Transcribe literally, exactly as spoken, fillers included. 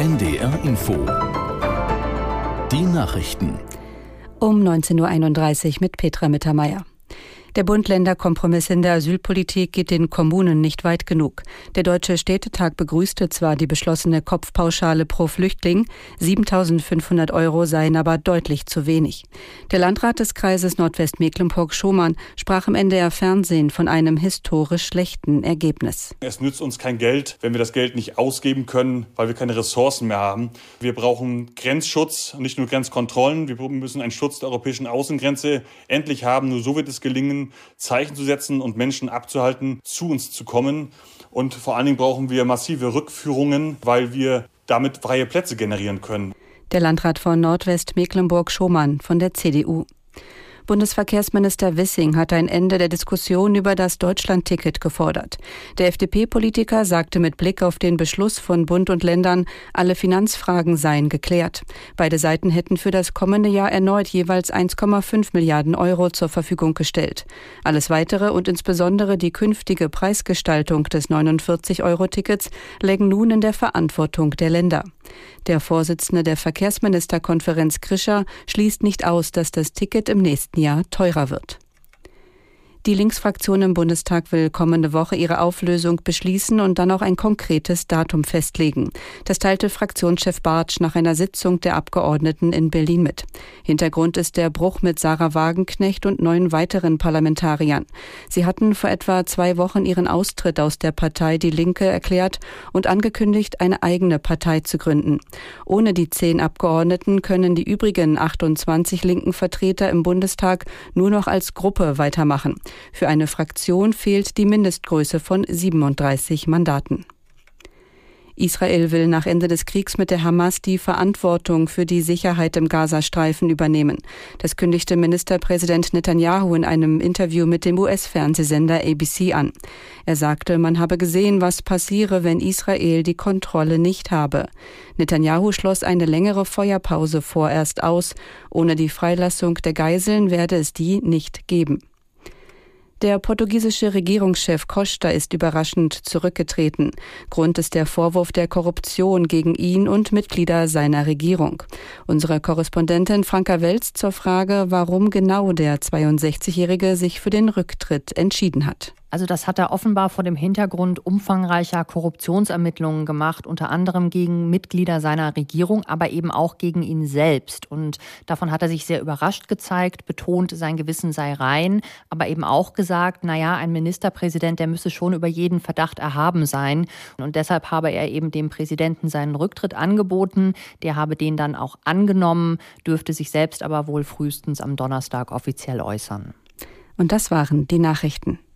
N D R Info. Die Nachrichten. Um neunzehn Uhr einunddreißig mit Petra Mittermeier. Der Bund-Länder-Kompromiss in der Asylpolitik geht den Kommunen nicht weit genug. Der Deutsche Städtetag begrüßte zwar die beschlossene Kopfpauschale pro Flüchtling, siebentausendfünfhundert Euro seien aber deutlich zu wenig. Der Landrat des Kreises Nordwestmecklenburg Schomann sprach im N D R Fernsehen von einem historisch schlechten Ergebnis. Es nützt uns kein Geld, wenn wir das Geld nicht ausgeben können, weil wir keine Ressourcen mehr haben. Wir brauchen Grenzschutz, nicht nur Grenzkontrollen. Wir müssen einen Schutz der europäischen Außengrenze endlich haben. Nur so wird es gelingen, Zeichen zu setzen und Menschen abzuhalten, zu uns zu kommen. Und vor allen Dingen brauchen wir massive Rückführungen, weil wir damit freie Plätze generieren können. Der Landrat von Nordwestmecklenburg Schomann von der C D U. Bundesverkehrsminister Wissing hat ein Ende der Diskussion über das Deutschland-Ticket gefordert. Der F D P-Politiker sagte mit Blick auf den Beschluss von Bund und Ländern, alle Finanzfragen seien geklärt. Beide Seiten hätten für das kommende Jahr erneut jeweils eins Komma fünf Milliarden Euro zur Verfügung gestellt. Alles Weitere und insbesondere die künftige Preisgestaltung des neunundvierzig-Euro-Tickets lägen nun in der Verantwortung der Länder. Der Vorsitzende der Verkehrsministerkonferenz Krischer schließt nicht aus, dass das Ticket im nächsten Jahr teurer wird. Die Linksfraktion im Bundestag will kommende Woche ihre Auflösung beschließen und dann auch ein konkretes Datum festlegen. Das teilte Fraktionschef Bartsch nach einer Sitzung der Abgeordneten in Berlin mit. Hintergrund ist der Bruch mit Sarah Wagenknecht und neun weiteren Parlamentariern. Sie hatten vor etwa zwei Wochen ihren Austritt aus der Partei Die Linke erklärt und angekündigt, eine eigene Partei zu gründen. Ohne die zehn Abgeordneten können die übrigen achtundzwanzig linken Vertreter im Bundestag nur noch als Gruppe weitermachen. Für eine Fraktion fehlt die Mindestgröße von siebenunddreißig Mandaten. Israel will nach Ende des Kriegs mit der Hamas die Verantwortung für die Sicherheit im Gazastreifen übernehmen. Das kündigte Ministerpräsident Netanyahu in einem Interview mit dem U S-Fernsehsender A B C an. Er sagte, man habe gesehen, was passiere, wenn Israel die Kontrolle nicht habe. Netanyahu schloss eine längere Feuerpause vorerst aus. Ohne die Freilassung der Geiseln werde es die nicht geben. Der portugiesische Regierungschef Costa ist überraschend zurückgetreten. Grund ist der Vorwurf der Korruption gegen ihn und Mitglieder seiner Regierung. Unsere Korrespondentin Franka Welz zur Frage, warum genau der zweiundsechzigjährige sich für den Rücktritt entschieden hat. Also das hat er offenbar vor dem Hintergrund umfangreicher Korruptionsermittlungen gemacht, unter anderem gegen Mitglieder seiner Regierung, aber eben auch gegen ihn selbst. Und davon hat er sich sehr überrascht gezeigt, betont, sein Gewissen sei rein, aber eben auch gesagt, naja, ein Ministerpräsident, der müsse schon über jeden Verdacht erhaben sein. Und deshalb habe er eben dem Präsidenten seinen Rücktritt angeboten. Der habe den dann auch angenommen, dürfte sich selbst aber wohl frühestens am Donnerstag offiziell äußern. Und das waren die Nachrichten.